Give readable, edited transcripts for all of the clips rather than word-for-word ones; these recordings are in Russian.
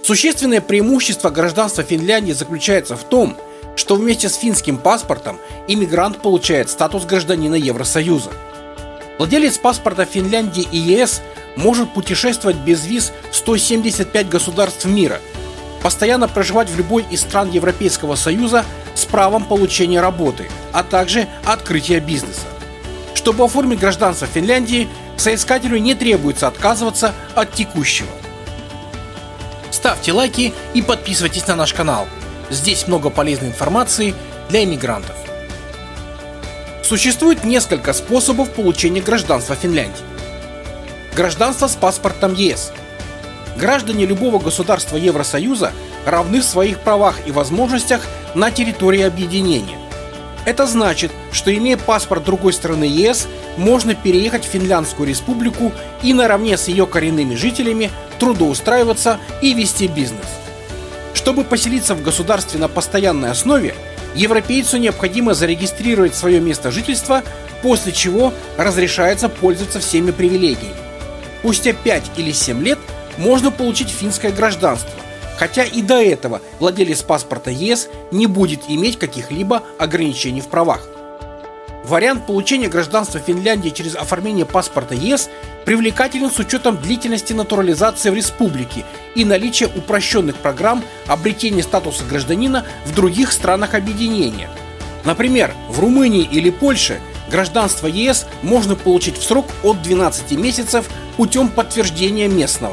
Существенное преимущество гражданства Финляндии заключается в том, что вместе с финским паспортом иммигрант получает статус гражданина Евросоюза. Владелец паспорта Финляндии и ЕС может путешествовать без виз в 175 государств мира, постоянно проживать в любой из стран Европейского Союза с правом получения работы, а также открытия бизнеса. Чтобы оформить гражданство Финляндии, соискателю не требуется отказываться от текущего. Ставьте лайки и подписывайтесь на наш канал. Здесь много полезной информации для иммигрантов. Существует несколько способов получения гражданства Финляндии. Гражданство с паспортом ЕС. Граждане любого государства Евросоюза равны в своих правах и возможностях на территории объединения. Это значит, что имея паспорт другой страны ЕС, можно переехать в Финляндскую республику и наравне с ее коренными жителями трудоустраиваться и вести бизнес. Чтобы поселиться в государстве на постоянной основе, европейцу необходимо зарегистрировать свое место жительства, после чего разрешается пользоваться всеми привилегиями. Спустя 5 или 7 лет можно получить финское гражданство, хотя и до этого владелец паспорта ЕС не будет иметь каких-либо ограничений в правах. Вариант получения гражданства Финляндии через оформление паспорта ЕС привлекателен с учетом длительности натурализации в республике и наличия упрощенных программ обретения статуса гражданина в других странах объединения. Например, в Румынии или Польше гражданство ЕС можно получить в срок от 12 месяцев путем подтверждения местного.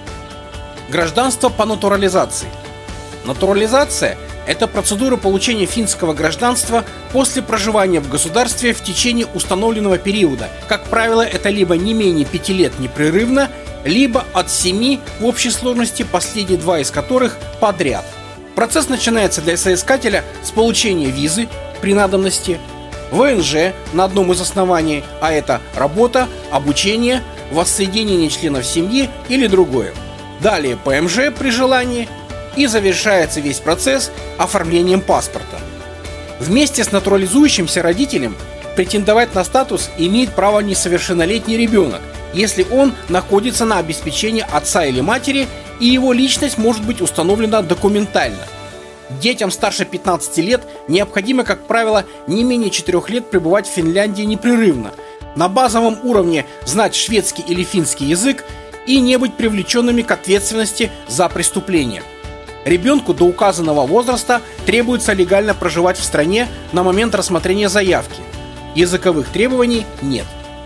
Гражданство по натурализации. Натурализация – это процедура получения финского гражданства после проживания в государстве в течение установленного периода. Как правило, это либо не менее 5 лет непрерывно, либо от 7 в общей сложности, последние 2 из которых подряд. Процесс начинается для соискателя с получения визы при надобности, ВНЖ на одном из оснований, а это работа, обучение, воссоединение членов семьи или другое. Далее ПМЖ при желании, и завершается весь процесс оформлением паспорта. Вместе с натурализующимся родителем претендовать на статус имеет право несовершеннолетний ребенок, если он находится на обеспечении отца или матери, и его личность может быть установлена документально. Детям старше 15 лет необходимо, как правило, не менее 4 лет пребывать в Финляндии непрерывно, на базовом уровне знать шведский или финский язык и не быть привлеченными к ответственности за преступление. Ребенку до указанного возраста требуется легально проживать в стране на момент рассмотрения заявки. Языковых требований нет.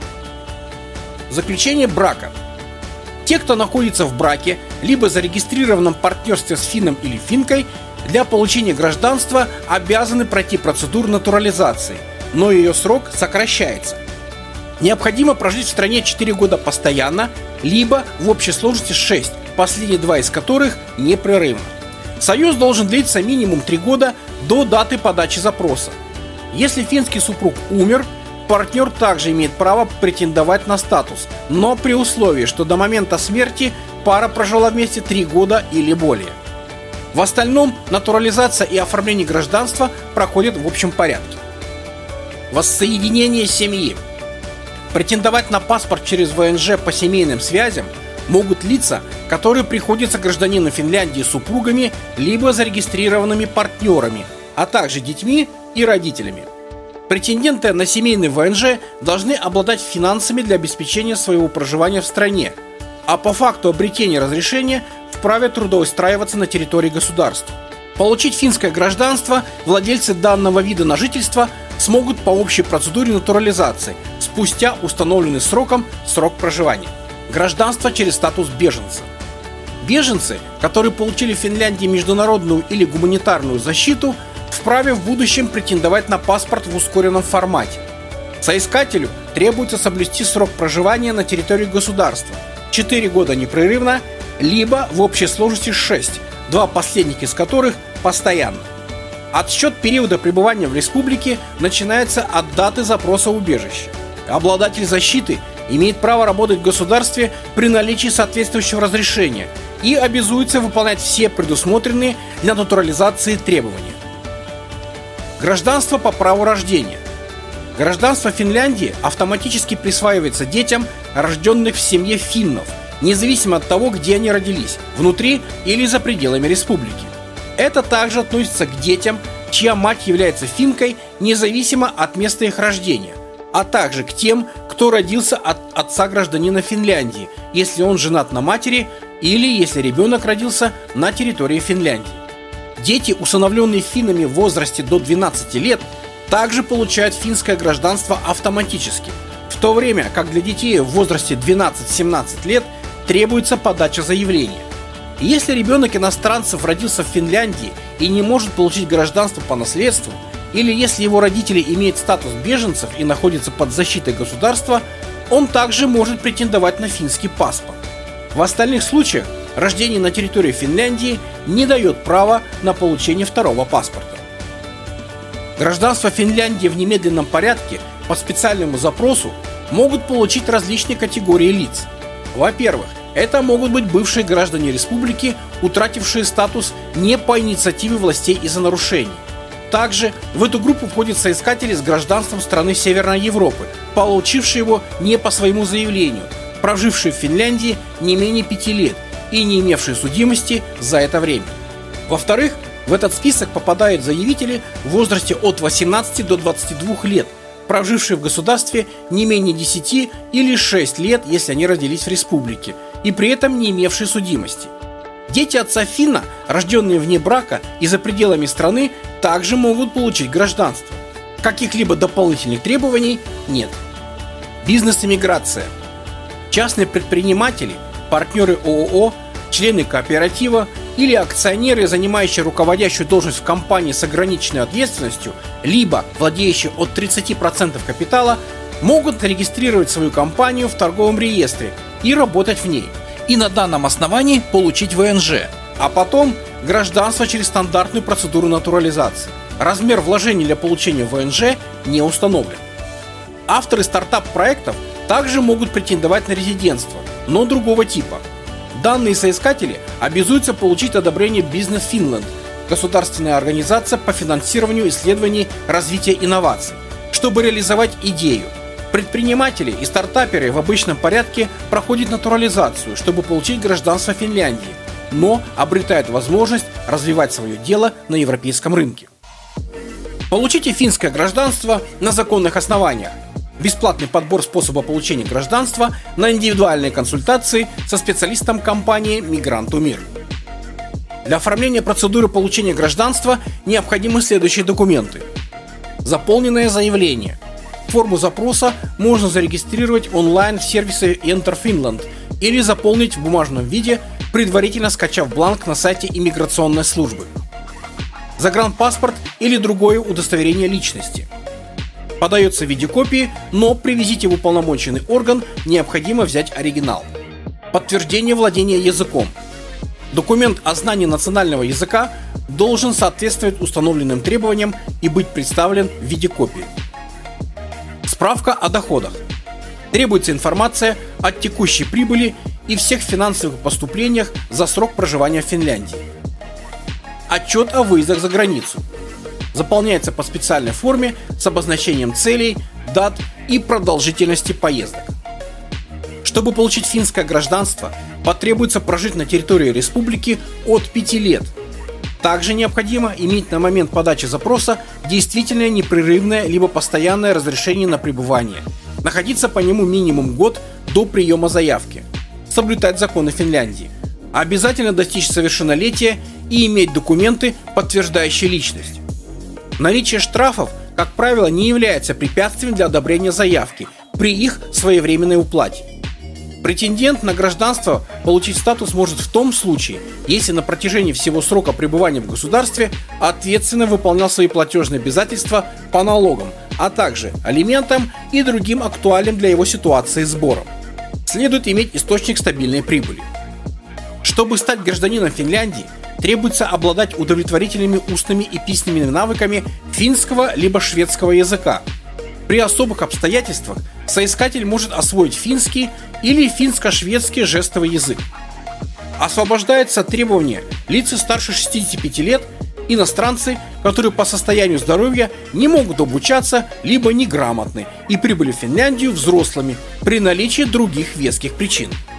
Заключение брака. Те, кто находится в браке, либо зарегистрированном партнерстве с финном или финкой, для получения гражданства обязаны пройти процедуру натурализации, но ее срок сокращается. Необходимо прожить в стране 4 года постоянно, либо в общей сложности 6, последние 2 из которых непрерывно. Союз должен длиться минимум 3 года до даты подачи запроса. Если финский супруг умер, партнер также имеет право претендовать на статус, но при условии, что до момента смерти пара прожила вместе 3 года или более. В остальном натурализация и оформление гражданства проходят в общем порядке. Воссоединение семьи. Претендовать на паспорт через ВНЖ по семейным связям могут лица, которые приходятся гражданину Финляндии с супругами либо зарегистрированными партнерами, а также детьми и родителями. Претенденты на семейный ВНЖ должны обладать финансами для обеспечения своего проживания в стране, а по факту обретения разрешения вправе трудоустраиваться на территории государства. Получить финское гражданство владельцы данного вида на жительство смогут по общей процедуре натурализации спустя установленный срок проживания. Гражданство через статус беженца. Беженцы, которые получили в Финляндии международную или гуманитарную защиту, вправе в будущем претендовать на паспорт в ускоренном формате. Соискателю требуется соблюсти срок проживания на территории государства 4 года непрерывно, либо в общей сложности 6, 2 последних из которых постоянно. Отсчет периода пребывания в республике начинается от даты запроса убежища. Обладатель защиты имеет право работать в государстве при наличии соответствующего разрешения и обязуется выполнять все предусмотренные для натурализации требования. Гражданство по праву рождения. Гражданство Финляндии автоматически присваивается детям, рожденных в семье финнов, независимо от того, где они родились, внутри или за пределами республики. Это также относится к детям, чья мать является финкой, независимо от места их рождения, а также к тем, кто родился от отца гражданина Финляндии, если он женат на матери или если ребенок родился на территории Финляндии. Дети, усыновленные финнами в возрасте до 12 лет, также получают финское гражданство автоматически, в то время как для детей в возрасте 12-17 лет требуется подача заявления. Если ребенок иностранцев родился в Финляндии и не может получить гражданство по наследству, или если его родители имеют статус беженцев и находятся под защитой государства, он также может претендовать на финский паспорт. В остальных случаях рождение на территории Финляндии не дает права на получение второго паспорта. Гражданство Финляндии в немедленном порядке по специальному запросу могут получить различные категории лиц. Во-первых, это могут быть бывшие граждане республики, утратившие статус не по инициативе властей из-за нарушений. Также в эту группу входят соискатели с гражданством страны Северной Европы, получившие его не по своему заявлению, прожившие в Финляндии не менее 5 лет и не имевшие судимости за это время. Во-вторых, в этот список попадают заявители в возрасте от 18 до 22 лет, прожившие в государстве не менее 10 или 6 лет, если они родились в республике, и при этом не имевшие судимости. Дети отца финна, рожденные вне брака и за пределами страны, также могут получить гражданство. Каких-либо дополнительных требований нет. Бизнес-иммиграция. Частные предприниматели, партнеры ООО, члены кооператива или акционеры, занимающие руководящую должность в компании с ограниченной ответственностью, либо владеющие от 30% капитала, могут регистрировать свою компанию в торговом реестре и работать в ней, и на данном основании получить ВНЖ, а потом гражданство через стандартную процедуру натурализации. Размер вложений для получения ВНЖ не установлен. Авторы стартап-проектов также могут претендовать на резидентство, но другого типа. Данные соискатели обязуются получить одобрение Business Finland, государственная организация по финансированию исследований развития инноваций, чтобы реализовать идею. Предприниматели и стартаперы в обычном порядке проходят натурализацию, чтобы получить гражданство Финляндии, но обретают возможность развивать свое дело на европейском рынке. Получите финское гражданство на законных основаниях. Бесплатный подбор способа получения гражданства на индивидуальные консультации со специалистом компании «Мигранту Мир». Для оформления процедуры получения гражданства необходимы следующие документы. Заполненное заявление. Форму запроса можно зарегистрировать онлайн в сервисе Enter Finland или заполнить в бумажном виде, предварительно скачав бланк на сайте иммиграционной службы. Загранпаспорт или другое удостоверение личности. Подается в виде копии, но привезите в уполномоченный орган, необходимо взять оригинал. Подтверждение владения языком. Документ о знании национального языка должен соответствовать установленным требованиям и быть представлен в виде копии. Справка о доходах. Требуется информация о текущей прибыли и всех финансовых поступлениях за срок проживания в Финляндии. Отчет о выездах за границу. Заполняется по специальной форме с обозначением целей, дат и продолжительности поездок. Чтобы получить финское гражданство, потребуется прожить на территории республики от 5 лет. Также необходимо иметь на момент подачи запроса действительное непрерывное либо постоянное разрешение на пребывание, находиться по нему минимум год до приема заявки, соблюдать законы Финляндии, обязательно достичь совершеннолетия и иметь документы, подтверждающие личность. Наличие штрафов, как правило, не является препятствием для одобрения заявки при их своевременной уплате. Претендент на гражданство получить статус может в том случае, если на протяжении всего срока пребывания в государстве ответственно выполнял свои платежные обязательства по налогам, а также алиментам и другим актуальным для его ситуации сборам. Следует иметь источник стабильной прибыли. Чтобы стать гражданином Финляндии, требуется обладать удовлетворительными устными и письменными навыками финского либо шведского языка. При особых обстоятельствах соискатель может освоить финский или финско-шведский жестовый язык. Освобождается от требования лица старше 65 лет, иностранцы, которые по состоянию здоровья не могут обучаться либо неграмотны и прибыли в Финляндию взрослыми при наличии других веских причин.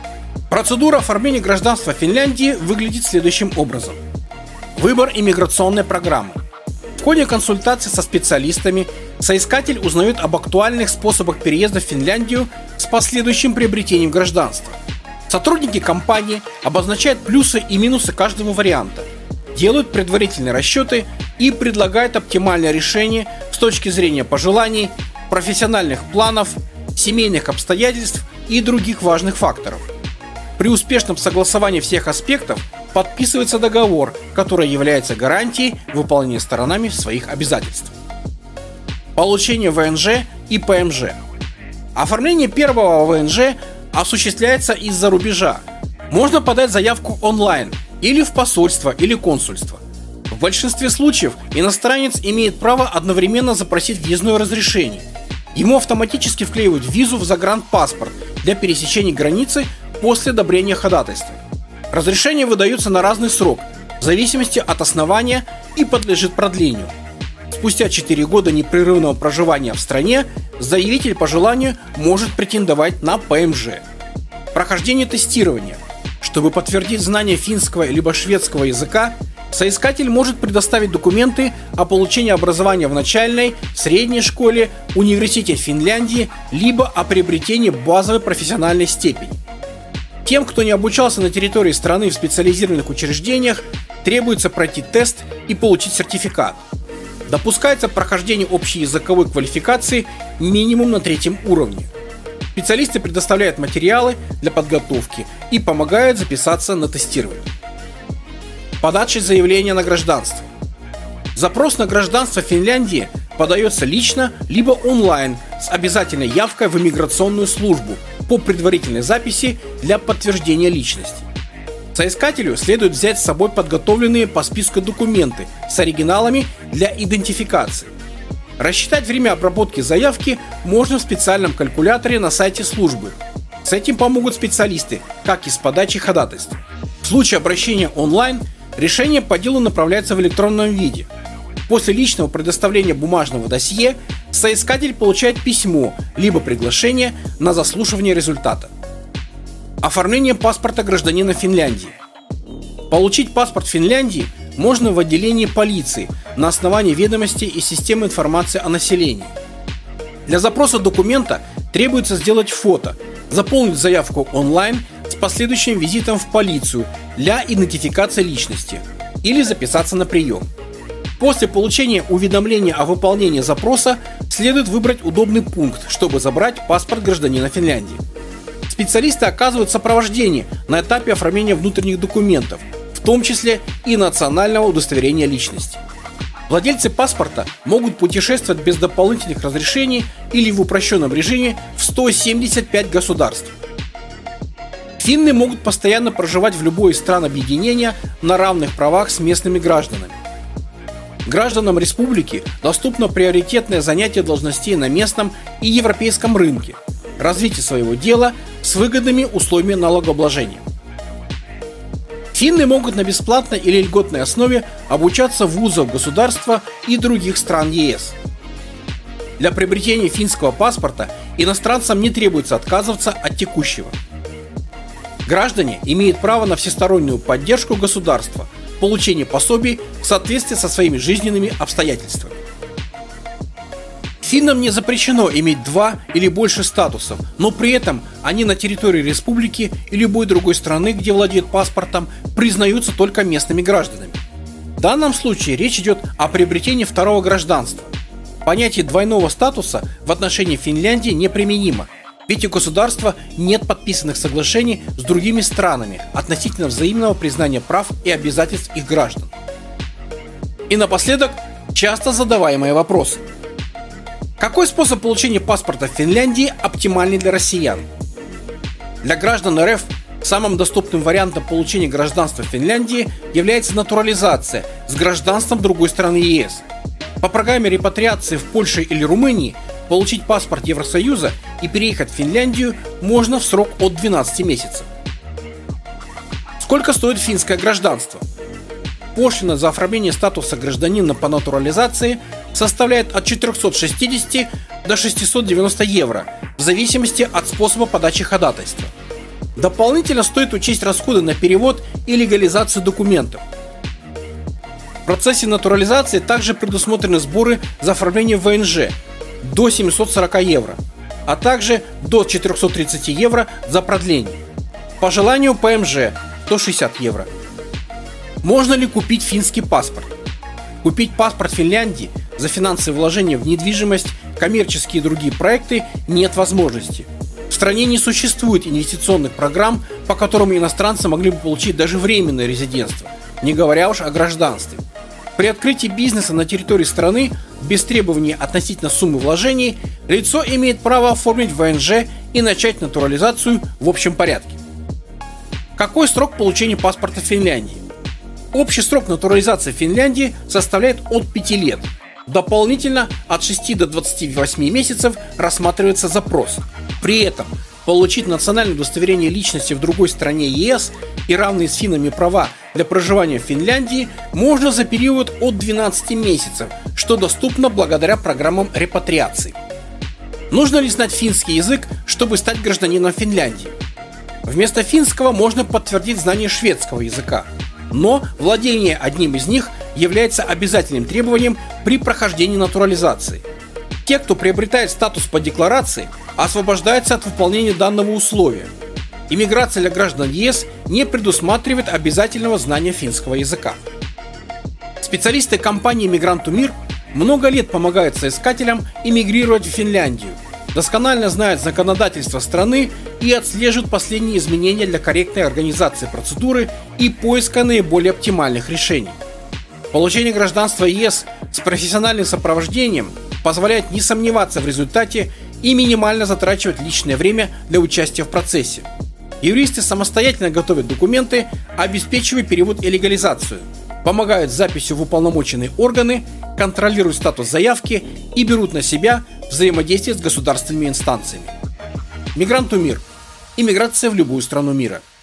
Процедура оформления гражданства Финляндии выглядит следующим образом. Выбор иммиграционной программы. В ходе консультации со специалистами соискатель узнает об актуальных способах переезда в Финляндию с последующим приобретением гражданства. Сотрудники компании обозначают плюсы и минусы каждого варианта, делают предварительные расчеты и предлагают оптимальное решение с точки зрения пожеланий, профессиональных планов, семейных обстоятельств и других важных факторов. При успешном согласовании всех аспектов подписывается договор, который является гарантией выполнения сторонами своих обязательств. Получение ВНЖ и ПМЖ. Оформление первого ВНЖ осуществляется из-за рубежа. Можно подать заявку онлайн или в посольство или консульство. В большинстве случаев иностранец имеет право одновременно запросить въездное разрешение. Ему автоматически вклеивают визу в загранпаспорт для пересечения границы после одобрения ходатайства. Разрешение выдается на разный срок, в зависимости от основания, и подлежит продлению. Спустя 4 года непрерывного проживания в стране заявитель по желанию может претендовать на ПМЖ. Прохождение тестирования. Чтобы подтвердить знание финского либо шведского языка, соискатель может предоставить документы о получении образования в начальной, средней школе, университете Финляндии, либо о приобретении базовой профессиональной степени. Тем, кто не обучался на территории страны в специализированных учреждениях, требуется пройти тест и получить сертификат. Допускается прохождение общеязыковой квалификации минимум на 3 уровне. Специалисты предоставляют материалы для подготовки и помогают записаться на тестирование. Подача заявления на гражданство. Запрос на гражданство Финляндии подается лично либо онлайн с обязательной явкой в иммиграционную службу по предварительной записи для подтверждения личности. Соискателю следует взять с собой подготовленные по списку документы с оригиналами для идентификации. Рассчитать время обработки заявки можно в специальном калькуляторе на сайте службы. С этим помогут специалисты, как и с подачей ходатайств. В случае обращения онлайн решение по делу направляется в электронном виде. После личного предоставления бумажного досье соискатель получает письмо либо приглашение на заслушивание результата. Оформление паспорта гражданина Финляндии. Получить паспорт Финляндии можно в отделении полиции на основании ведомостей из системы информации о населении. Для запроса документа требуется сделать фото, заполнить заявку онлайн с последующим визитом в полицию для идентификации личности или записаться на прием. После получения уведомления о выполнении запроса следует выбрать удобный пункт, чтобы забрать паспорт гражданина Финляндии. Специалисты оказывают сопровождение на этапе оформления внутренних документов, в том числе и национального удостоверения личности. Владельцы паспорта могут путешествовать без дополнительных разрешений или в упрощенном режиме в 175 государств. Финны могут постоянно проживать в любой из стран объединения на равных правах с местными гражданами. Гражданам республики доступно приоритетное занятие должностей на местном и европейском рынке, развитие своего дела с выгодными условиями налогообложения. Финны могут на бесплатной или льготной основе обучаться в вузах государства и других стран ЕС. Для приобретения финского паспорта иностранцам не требуется отказываться от текущего. Граждане имеют право на всестороннюю поддержку государства, получение пособий в соответствии со своими жизненными обстоятельствами. Финнам не запрещено иметь 2 или больше статусов, но при этом они на территории республики и любой другой страны, где владеют паспортом, признаются только местными гражданами. В данном случае речь идет о приобретении второго гражданства. Понятие двойного статуса в отношении Финляндии неприменимо, ведь у государства нет подписанных соглашений с другими странами относительно взаимного признания прав и обязательств их граждан. И напоследок, часто задаваемые вопросы. Какой способ получения паспорта в Финляндии оптимальный для россиян? Для граждан РФ самым доступным вариантом получения гражданства в Финляндии является натурализация с гражданством другой страны ЕС. По программе репатриации в Польше или Румынии получить паспорт Евросоюза и переехать в Финляндию можно в срок от 12 месяцев. Сколько стоит финское гражданство? Пошлина за оформление статуса гражданина по натурализации составляет от 460 до 690 евро в зависимости от способа подачи ходатайства. Дополнительно стоит учесть расходы на перевод и легализацию документов. В процессе натурализации также предусмотрены сборы за оформление ВНЖ до 740 евро, а также до 430 евро за продление. По желанию ПМЖ 160 евро. Можно ли купить финский паспорт? Купить паспорт Финляндии за финансовые вложения в недвижимость, коммерческие и другие проекты нет возможности. В стране не существует инвестиционных программ, по которым иностранцы могли бы получить даже временное резидентство, не говоря уж о гражданстве. При открытии бизнеса на территории страны без требований относительно суммы вложений лицо имеет право оформить ВНЖ и начать натурализацию в общем порядке. Какой срок получения паспорта в Финляндии? Общий срок натурализации в Финляндии составляет от 5 лет. Дополнительно от 6 до 28 месяцев рассматривается запрос. При этом получить национальное удостоверение личности в другой стране ЕС и равные с финнами права для проживания в Финляндии можно за период от 12 месяцев, что доступно благодаря программам репатриации. Нужно ли знать финский язык, чтобы стать гражданином Финляндии? Вместо финского можно подтвердить знание шведского языка, но владение одним из них является обязательным требованием при прохождении натурализации. Те, кто приобретает статус по декларации, освобождаются от выполнения данного условия. Иммиграция для граждан ЕС не предусматривает обязательного знания финского языка. Специалисты компании Migrantumir много лет помогают соискателям эмигрировать в Финляндию, досконально знают законодательство страны и отслеживают последние изменения для корректной организации процедуры и поиска наиболее оптимальных решений. Получение гражданства ЕС с профессиональным сопровождением позволяет не сомневаться в результате и минимально затрачивать личное время для участия в процессе. Юристы самостоятельно готовят документы, обеспечивают перевод и легализацию, помогают с записью в уполномоченные органы, контролируют статус заявки и берут на себя взаимодействие с государственными инстанциями. Migrantumir. Иммиграция в любую страну мира.